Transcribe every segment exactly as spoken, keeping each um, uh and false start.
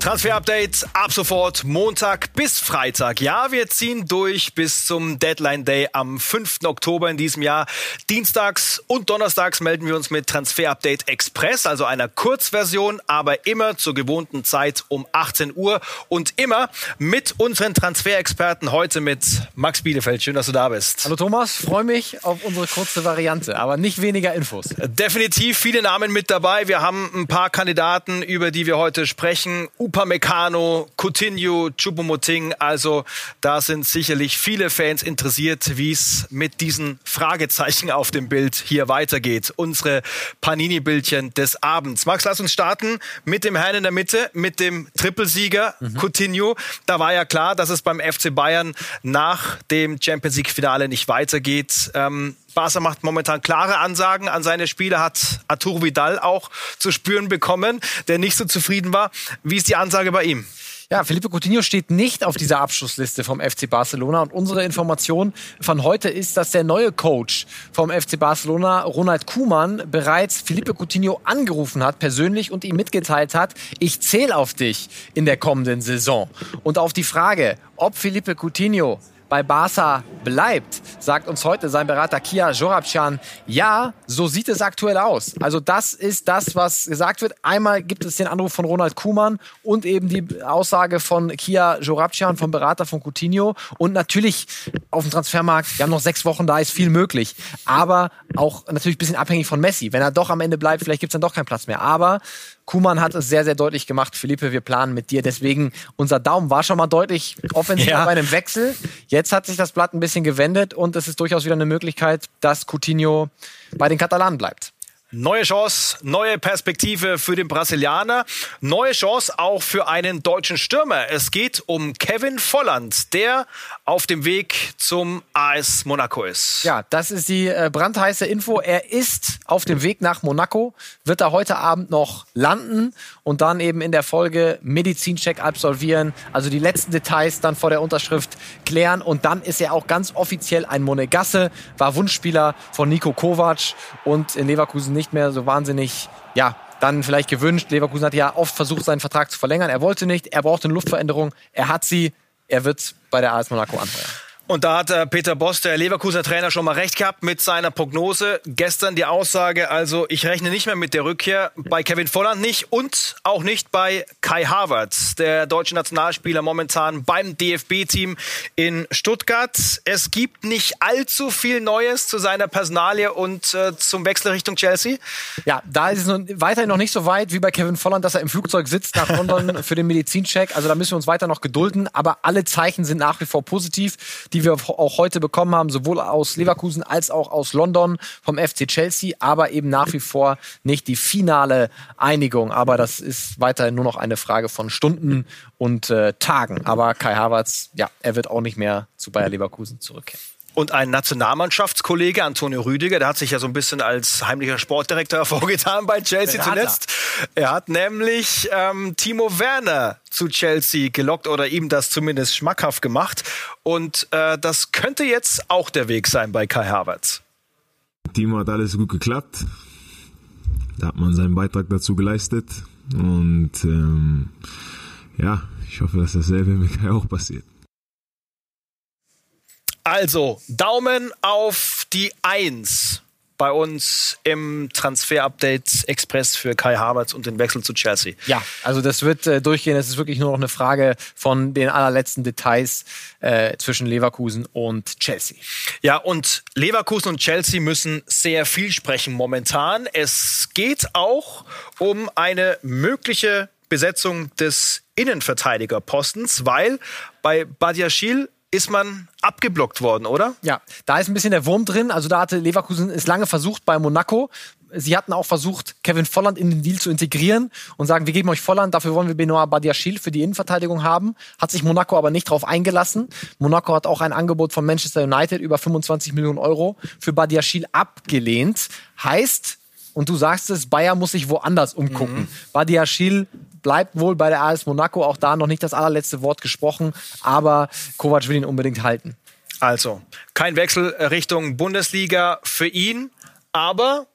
Transfer-Update ab sofort Montag bis Freitag. Ja, wir ziehen durch bis zum Deadline-Day am fünften Oktober in diesem Jahr. Dienstags und donnerstags melden wir uns mit Transfer-Update Express, also einer Kurzversion, aber immer zur gewohnten Zeit um achtzehn Uhr und immer mit unseren Transferexperten. Heute mit Max Bielefeld. Schön, dass du da bist. Hallo Thomas, freue mich auf unsere kurze Variante, aber nicht weniger Infos. Definitiv viele Namen mit dabei. Wir haben ein paar Kandidaten, über die wir heute sprechen. Upamecano, Coutinho, Choupo-Moting, also da sind sicherlich viele Fans interessiert, wie es mit diesen Fragezeichen auf dem Bild hier weitergeht. Unsere Panini-Bildchen des Abends. Max, lass uns starten mit dem Herrn in der Mitte, mit dem Trippelsieger mhm. Coutinho. Da war ja klar, dass es beim F C Bayern nach dem Champions-League-Finale nicht weitergeht. Ähm, Barca macht momentan klare Ansagen an seine Spieler, hat Arturo Vidal auch zu spüren bekommen, der nicht so zufrieden war. Wie ist die Ansage bei ihm? Ja, Philippe Coutinho steht nicht auf dieser Abschlussliste vom F C Barcelona und unsere Information von heute ist, dass der neue Coach vom F C Barcelona, Ronald Koeman, bereits Philippe Coutinho angerufen hat, persönlich, und ihm mitgeteilt hat, ich zähle auf dich in der kommenden Saison. Und auf die Frage, ob Philippe Coutinho bei Barca bleibt, sagt uns heute sein Berater Kia Joorabchian, ja, so sieht es aktuell aus. Also das ist das, was gesagt wird. Einmal gibt es den Anruf von Ronald Koeman und eben die Aussage von Kia Joorabchian, vom Berater von Coutinho. Und natürlich auf dem Transfermarkt, wir haben noch sechs Wochen, da ist viel möglich. Aber auch natürlich ein bisschen abhängig von Messi. Wenn er doch am Ende bleibt, vielleicht gibt es dann doch keinen Platz mehr. Aber Koeman hat es sehr, sehr deutlich gemacht. Philippe, wir planen mit dir. Deswegen, unser Daumen war schon mal deutlich offensiv ja. bei einem Wechsel. Jetzt hat sich das Blatt ein bisschen gewendet und es ist durchaus wieder eine Möglichkeit, dass Coutinho bei den Katalanen bleibt. Neue Chance, neue Perspektive für den Brasilianer. Neue Chance auch für einen deutschen Stürmer. Es geht um Kevin Volland, der auf dem Weg zum A S Monaco ist. Ja, das ist die äh, brandheiße Info. Er ist auf dem Weg nach Monaco, wird da heute Abend noch landen und dann eben in der Folge Medizincheck absolvieren. Also die letzten Details dann vor der Unterschrift klären. Und dann ist er auch ganz offiziell ein Monegasse, war Wunschspieler von Niko Kovac und in Leverkusen nicht mehr so wahnsinnig, ja, dann vielleicht gewünscht. Leverkusen hat ja oft versucht, seinen Vertrag zu verlängern. Er wollte nicht, er brauchte eine Luftveränderung. Er hat sie, er wird bei der A S Monaco anfeuern. Und da hat äh, Peter Bosz, der Leverkusener Trainer, schon mal recht gehabt mit seiner Prognose. Gestern die Aussage, also ich rechne nicht mehr mit der Rückkehr, bei Kevin Volland nicht und auch nicht bei Kai Havertz, der deutsche Nationalspieler momentan beim D F B-Team in Stuttgart. Es gibt nicht allzu viel Neues zu seiner Personalie und äh, zum Wechsel Richtung Chelsea. Ja, da ist es noch, weiterhin noch nicht so weit wie bei Kevin Volland, dass er im Flugzeug sitzt nach London für den Medizincheck. Also da müssen wir uns weiter noch gedulden, aber alle Zeichen sind nach wie vor positiv, die wir auch heute bekommen haben, sowohl aus Leverkusen als auch aus London vom F C Chelsea, aber eben nach wie vor nicht die finale Einigung. Aber das ist weiterhin nur noch eine Frage von Stunden und äh, Tagen. Aber Kai Havertz, ja, er wird auch nicht mehr zu Bayer Leverkusen zurückkehren. Und ein Nationalmannschaftskollege, Antonio Rüdiger, der hat sich ja so ein bisschen als heimlicher Sportdirektor hervorgetan bei Chelsea zuletzt. Er hat nämlich ähm, Timo Werner zu Chelsea gelockt oder ihm das zumindest schmackhaft gemacht. Und äh, das könnte jetzt auch der Weg sein bei Kai Havertz. Timo hat alles gut geklappt. Da hat man seinen Beitrag dazu geleistet. Und ähm, ja, ich hoffe, dass dasselbe mit Kai auch passiert. Also, Daumen auf die Eins bei uns im Transfer-Update Express für Kai Havertz und den Wechsel zu Chelsea. Ja, also das wird äh, durchgehen. Es ist wirklich nur noch eine Frage von den allerletzten Details äh, zwischen Leverkusen und Chelsea. Ja, und Leverkusen und Chelsea müssen sehr viel sprechen momentan. Es geht auch um eine mögliche Besetzung des Innenverteidigerpostens, weil bei Badiashile ist man abgeblockt worden, oder? Ja, da ist ein bisschen der Wurm drin. Also da hatte Leverkusen es lange versucht bei Monaco. Sie hatten auch versucht, Kevin Volland in den Deal zu integrieren und sagen, wir geben euch Volland, dafür wollen wir Benoit Badiashile für die Innenverteidigung haben. Hat sich Monaco aber nicht drauf eingelassen. Monaco hat auch ein Angebot von Manchester United über fünfundzwanzig Millionen Euro für Badiashile abgelehnt. Heißt, und du sagst es, Bayer muss sich woanders umgucken. Mhm. Badiashile bleibt wohl bei der A S Monaco, auch da noch nicht das allerletzte Wort gesprochen, aber Kovac will ihn unbedingt halten. Also, kein Wechsel Richtung Bundesliga für ihn, aber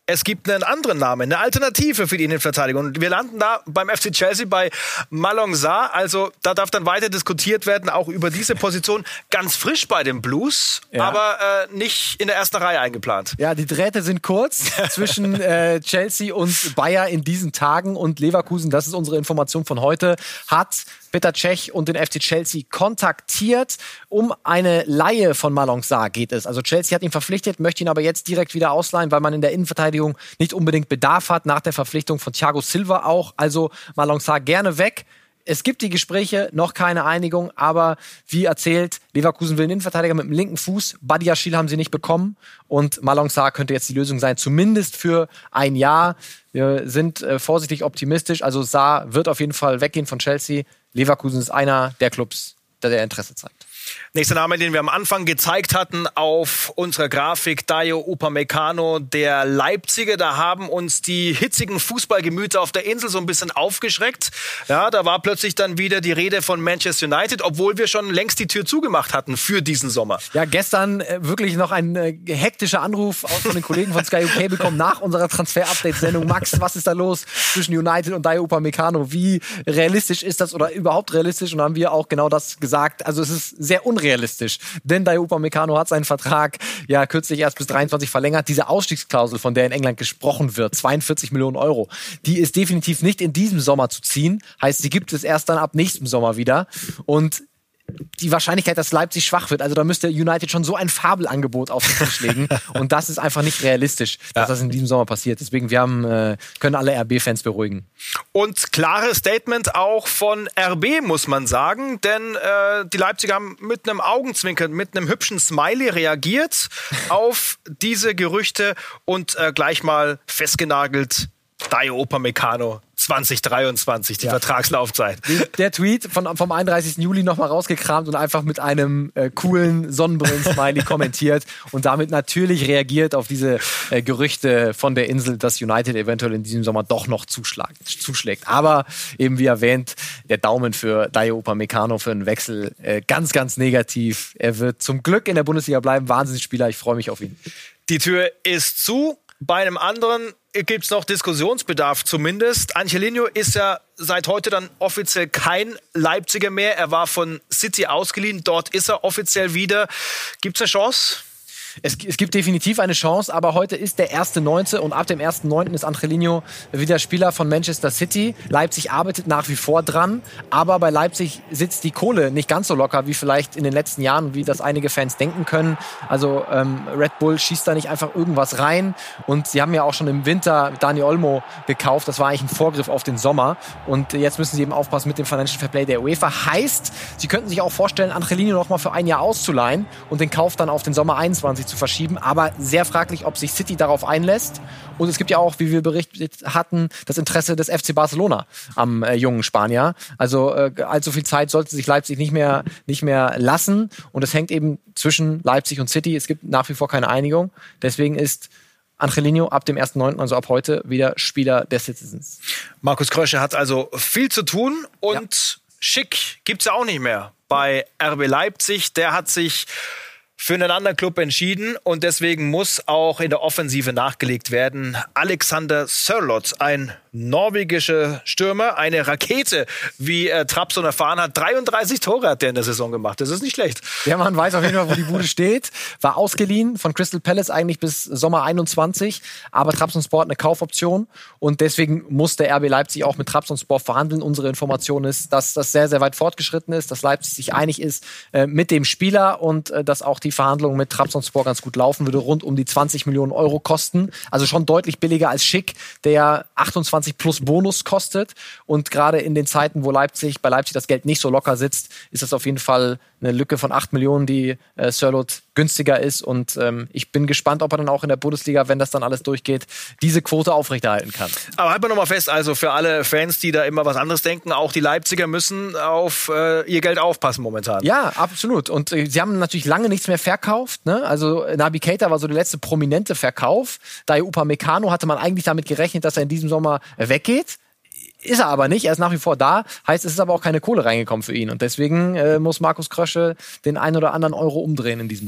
es gibt einen anderen Namen, eine Alternative für die Innenverteidigung. Und wir landen da beim F C Chelsea bei Malang Sarr. Also da darf dann weiter diskutiert werden, auch über diese Position. Ganz frisch bei den Blues, ja. aber äh, nicht in der ersten Reihe eingeplant. Ja, die Drähte sind kurz zwischen äh, Chelsea und Bayer in diesen Tagen. Und Leverkusen, das ist unsere Information von heute, hat Petr Cech und den F C Chelsea kontaktiert. Um eine Leihe von Malang Sarr geht es. Also Chelsea hat ihn verpflichtet, möchte ihn aber jetzt direkt wieder ausleihen, weil man in der Innenverteidigung nicht unbedingt Bedarf hat, nach der Verpflichtung von Thiago Silva auch. Also Malang Sarr gerne weg. Es gibt die Gespräche, noch keine Einigung, aber wie erzählt, Leverkusen will einen Innenverteidiger mit dem linken Fuß. Badiashile haben sie nicht bekommen und Malang Sarr könnte jetzt die Lösung sein, zumindest für ein Jahr. Wir sind äh, vorsichtig optimistisch, also Sarr wird auf jeden Fall weggehen von Chelsea. Leverkusen ist einer der Clubs, der, der Interesse zeigt. Nächster Name, den wir am Anfang gezeigt hatten auf unserer Grafik, Dayo Upamecano, der Leipziger. Da haben uns die hitzigen Fußballgemüter auf der Insel so ein bisschen aufgeschreckt. Ja, da war plötzlich dann wieder die Rede von Manchester United, obwohl wir schon längst die Tür zugemacht hatten für diesen Sommer. Ja, gestern äh, wirklich noch ein äh, hektischer Anruf auch von den Kollegen von Sky U K bekommen nach unserer Transfer-Update-Sendung. Max, was ist da los zwischen United und Dayo Upamecano? Wie realistisch ist das oder überhaupt realistisch? Und da haben wir auch genau das gesagt. Also es ist sehr unrealistisch, denn Dayo Upamecano hat seinen Vertrag ja kürzlich erst bis dreiundzwanzig verlängert. Diese Ausstiegsklausel, von der in England gesprochen wird, zweiundvierzig Millionen Euro, die ist definitiv nicht in diesem Sommer zu ziehen. Heißt, sie gibt es erst dann ab nächstem Sommer wieder. Und die Wahrscheinlichkeit, dass Leipzig schwach wird, also da müsste United schon so ein Fabelangebot auf den Tisch legen und das ist einfach nicht realistisch, dass ja. das in diesem Sommer passiert. Deswegen, wir haben, äh, können alle R B-Fans beruhigen. Und klares Statement auch von R B, muss man sagen, denn äh, die Leipziger haben mit einem Augenzwinkern, mit einem hübschen Smiley reagiert auf diese Gerüchte und äh, gleich mal festgenagelt, Dayo Upamecano zwanzig dreiundzwanzig, die ja. Vertragslaufzeit. Der Tweet von, vom einunddreißigsten Juli nochmal rausgekramt und einfach mit einem äh, coolen Sonnenbrillen-Smiley kommentiert und damit natürlich reagiert auf diese äh, Gerüchte von der Insel, dass United eventuell in diesem Sommer doch noch zuschlag, zuschlägt. Aber eben wie erwähnt, der Daumen für Dayo Upamecano für einen Wechsel äh, ganz, ganz negativ. Er wird zum Glück in der Bundesliga bleiben. Wahnsinnsspieler, ich freue mich auf ihn. Die Tür ist zu. Bei einem anderen gibt es noch Diskussionsbedarf zumindest. Angelino ist ja seit heute dann offiziell kein Leipziger mehr. Er war von City ausgeliehen. Dort ist er offiziell wieder. Gibt es eine Chance? Es, es gibt definitiv eine Chance, aber heute ist der erste Neunte und ab dem ersten Neunten ist Angelino wieder Spieler von Manchester City. Leipzig arbeitet nach wie vor dran, aber bei Leipzig sitzt die Kohle nicht ganz so locker wie vielleicht in den letzten Jahren, wie das einige Fans denken können. Also ähm, Red Bull schießt da nicht einfach irgendwas rein und sie haben ja auch schon im Winter Dani Olmo gekauft. Das war eigentlich ein Vorgriff auf den Sommer und jetzt müssen sie eben aufpassen mit dem Financial Fairplay der UEFA. Heißt, sie könnten sich auch vorstellen, Angelino noch mal für ein Jahr auszuleihen und den Kauf dann auf den Sommer einundzwanzig zu verschieben, aber sehr fraglich, ob sich City darauf einlässt. Und es gibt ja auch, wie wir berichtet hatten, das Interesse des F C Barcelona am äh, jungen Spanier. Also äh, allzu viel Zeit sollte sich Leipzig nicht mehr, nicht mehr lassen. Und es hängt eben zwischen Leipzig und City. Es gibt nach wie vor keine Einigung. Deswegen ist Angelino ab dem ersten Neunten, also ab heute, wieder Spieler der Citizens. Markus Krösche hat also viel zu tun und ja. Schick gibt's ja auch nicht mehr bei R B Leipzig. Der hat sich für einen anderen Club entschieden und deswegen muss auch in der Offensive nachgelegt werden. Alexander Sørloth, ein norwegischer Stürmer, eine Rakete, wie äh, Trabzon erfahren hat. dreiunddreißig Tore hat der in der Saison gemacht. Das ist nicht schlecht. Der Mann weiß auf jeden Fall, wo die Bude steht. War ausgeliehen von Crystal Palace eigentlich bis Sommer einundzwanzig, aber Trabzonspor hat eine Kaufoption und deswegen muss der R B Leipzig auch mit Trabzonspor verhandeln. Unsere Information ist, dass das sehr, sehr weit fortgeschritten ist, dass Leipzig sich einig ist äh, mit dem Spieler und äh, dass auch die Verhandlungen mit Trabzonspor ganz gut laufen würde, rund um die zwanzig Millionen Euro kosten. Also schon deutlich billiger als Schick, der achtundzwanzig plus Bonus kostet. Und gerade in den Zeiten, wo Leipzig, bei Leipzig das Geld nicht so locker sitzt, ist das auf jeden Fall eine Lücke von acht Millionen, die äh, Sørloth günstiger ist. Und ähm, ich bin gespannt, ob er dann auch in der Bundesliga, wenn das dann alles durchgeht, diese Quote aufrechterhalten kann. Aber halten wir nochmal fest, also für alle Fans, die da immer was anderes denken, auch die Leipziger müssen auf äh, ihr Geld aufpassen momentan. Ja, absolut. Und äh, sie haben natürlich lange nichts mehr verkauft. Ne? Also Naby Keita war so der letzte prominente Verkauf. Dayo Upamecano hatte man eigentlich damit gerechnet, dass er in diesem Sommer weggeht. Ist er aber nicht, er ist nach wie vor da, heißt, es ist aber auch keine Kohle reingekommen für ihn und deswegen äh, muss Markus Krösche den ein oder anderen Euro umdrehen in diesem Sommer.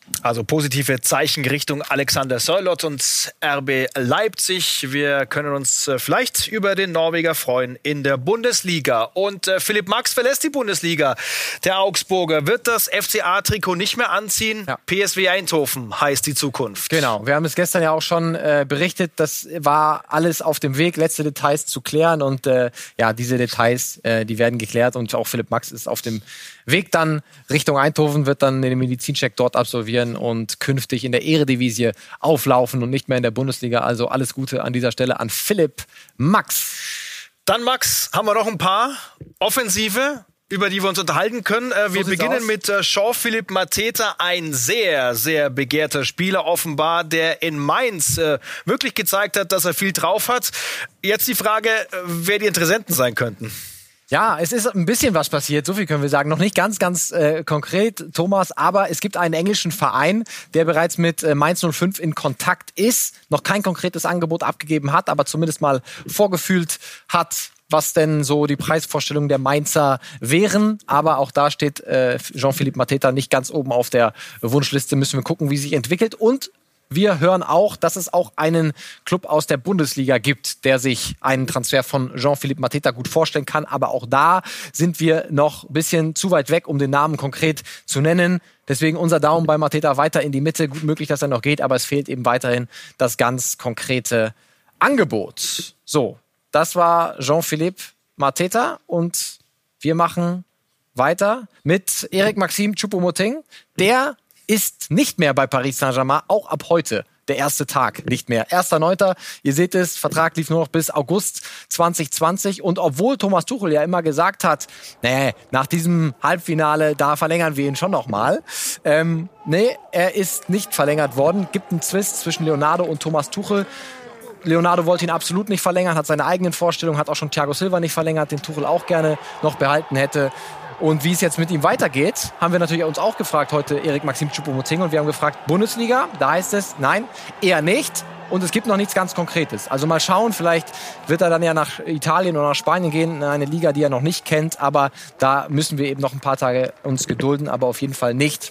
Also positive Zeichen Richtung Alexander Sørloth und R B Leipzig. Wir können uns äh, vielleicht über den Norweger freuen in der Bundesliga. Und äh, Philipp Max verlässt die Bundesliga. Der Augsburger wird das F C A-Trikot nicht mehr anziehen. Ja. P S V Eindhoven heißt die Zukunft. Genau, wir haben es gestern ja auch schon äh, berichtet. Das war alles auf dem Weg, letzte Details zu klären. Und äh, ja, diese Details, äh, die werden geklärt. Und auch Philipp Max ist auf dem Weg dann Richtung Eindhoven, wird dann den Medizincheck dort absolvieren und künftig in der Eredivisie auflaufen und nicht mehr in der Bundesliga. Also alles Gute an dieser Stelle an Philipp Max. Dann, Max, haben wir noch ein paar Offensive, über die wir uns unterhalten können. Äh, wir so beginnen aus. mit äh, Jean-Philippe Mateta, ein sehr, sehr begehrter Spieler offenbar, der in Mainz äh, wirklich gezeigt hat, dass er viel drauf hat. Jetzt die Frage, äh, wer die Interessenten sein könnten. Ja, es ist ein bisschen was passiert, so viel können wir sagen. Noch nicht ganz, ganz äh, konkret, Thomas, aber es gibt einen englischen Verein, der bereits mit äh, Mainz null fünf in Kontakt ist, noch kein konkretes Angebot abgegeben hat, aber zumindest mal vorgefühlt hat, was denn so die Preisvorstellungen der Mainzer wären. Aber auch da steht äh, Jean-Philippe Mateta nicht ganz oben auf der Wunschliste. Müssen wir gucken, wie sich entwickelt. Und wir hören auch, dass es auch einen Club aus der Bundesliga gibt, der sich einen Transfer von Jean-Philippe Mateta gut vorstellen kann. Aber auch da sind wir noch ein bisschen zu weit weg, um den Namen konkret zu nennen. Deswegen unser Daumen bei Mateta weiter in die Mitte. Gut möglich, dass er noch geht, aber es fehlt eben weiterhin das ganz konkrete Angebot. So, das war Jean-Philippe Mateta und wir machen weiter mit Eric Maxim Choupo-Moting. Der ist nicht mehr bei Paris Saint-Germain, auch ab heute. Der erste Tag nicht mehr. erster neunter Ihr seht es, Vertrag lief nur noch bis August zwanzig zwanzig. Und obwohl Thomas Tuchel ja immer gesagt hat, nee, nach diesem Halbfinale, da verlängern wir ihn schon noch mal. Ähm, nee, er ist nicht verlängert worden. Gibt einen Zwist zwischen Leonardo und Thomas Tuchel. Leonardo wollte ihn absolut nicht verlängern, hat seine eigenen Vorstellungen, hat auch schon Thiago Silva nicht verlängert, den Tuchel auch gerne noch behalten hätte. Und wie es jetzt mit ihm weitergeht, haben wir natürlich uns auch gefragt heute, Eric Maxim Choupo-Moting. Und wir haben gefragt, Bundesliga, da heißt es, nein, eher nicht. Und es gibt noch nichts ganz Konkretes. Also mal schauen, vielleicht wird er dann ja nach Italien oder nach Spanien gehen, in eine Liga, die er noch nicht kennt. Aber da müssen wir eben noch ein paar Tage uns gedulden, aber auf jeden Fall nicht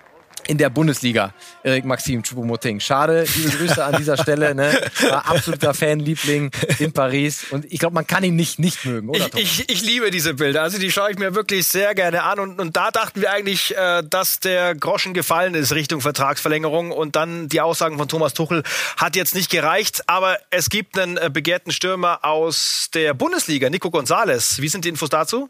in der Bundesliga, Eric Maxim Choupo-Moting. Schade, liebe Grüße an dieser Stelle. Ne? War absoluter Fanliebling in Paris. Und ich glaube, man kann ihn nicht nicht mögen, oder Thomas? Ich, ich, ich liebe diese Bilder. Also die schaue ich mir wirklich sehr gerne an. Und, und da dachten wir eigentlich, äh, dass der Groschen gefallen ist Richtung Vertragsverlängerung. Und dann die Aussagen von Thomas Tuchel hat jetzt nicht gereicht. Aber es gibt einen äh, begehrten Stürmer aus der Bundesliga, Nico González. Wie sind die Infos dazu?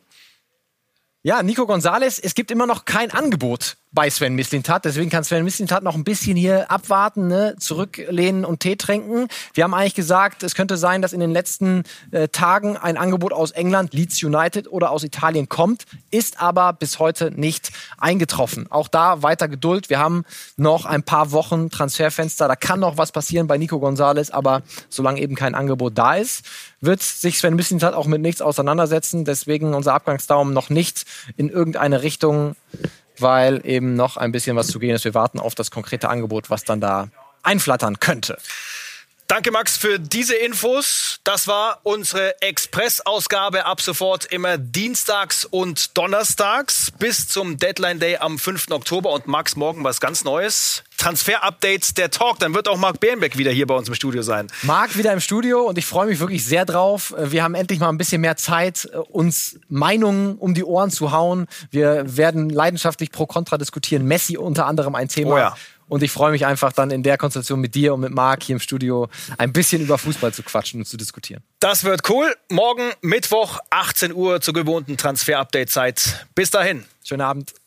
Ja, Nico González, es gibt immer noch kein Angebot bei Sven Mislintat. Deswegen kann Sven Mislintat noch ein bisschen hier abwarten, ne? Zurücklehnen und Tee trinken. Wir haben eigentlich gesagt, es könnte sein, dass in den letzten äh, Tagen ein Angebot aus England, Leeds United oder aus Italien kommt, ist aber bis heute nicht eingetroffen. Auch da weiter Geduld. Wir haben noch ein paar Wochen Transferfenster. Da kann noch was passieren bei Nico González, aber solange eben kein Angebot da ist, wird sich Sven Mislintat auch mit nichts auseinandersetzen. Deswegen unser Abgangsdaumen noch nicht in irgendeine Richtung, weil eben noch ein bisschen was zu gehen ist. Wir warten auf das konkrete Angebot, was dann da einflattern könnte. Danke, Max, für diese Infos. Das war unsere Express-Ausgabe. Ab sofort immer dienstags und donnerstags bis zum Deadline Day am fünften Oktober. Und Max, morgen was ganz Neues. Transfer-Updates, der Talk. Dann wird auch Marc Bärenbeck wieder hier bei uns im Studio sein. Marc wieder im Studio und ich freue mich wirklich sehr drauf. Wir haben endlich mal ein bisschen mehr Zeit, uns Meinungen um die Ohren zu hauen. Wir werden leidenschaftlich pro Kontra diskutieren. Messi unter anderem ein Thema. Oh ja. Und ich freue mich einfach dann in der Konstellation mit dir und mit Marc hier im Studio ein bisschen über Fußball zu quatschen und zu diskutieren. Das wird cool. Morgen Mittwoch, achtzehn Uhr zur gewohnten Transfer-Update-Zeit. Bis dahin. Schönen Abend.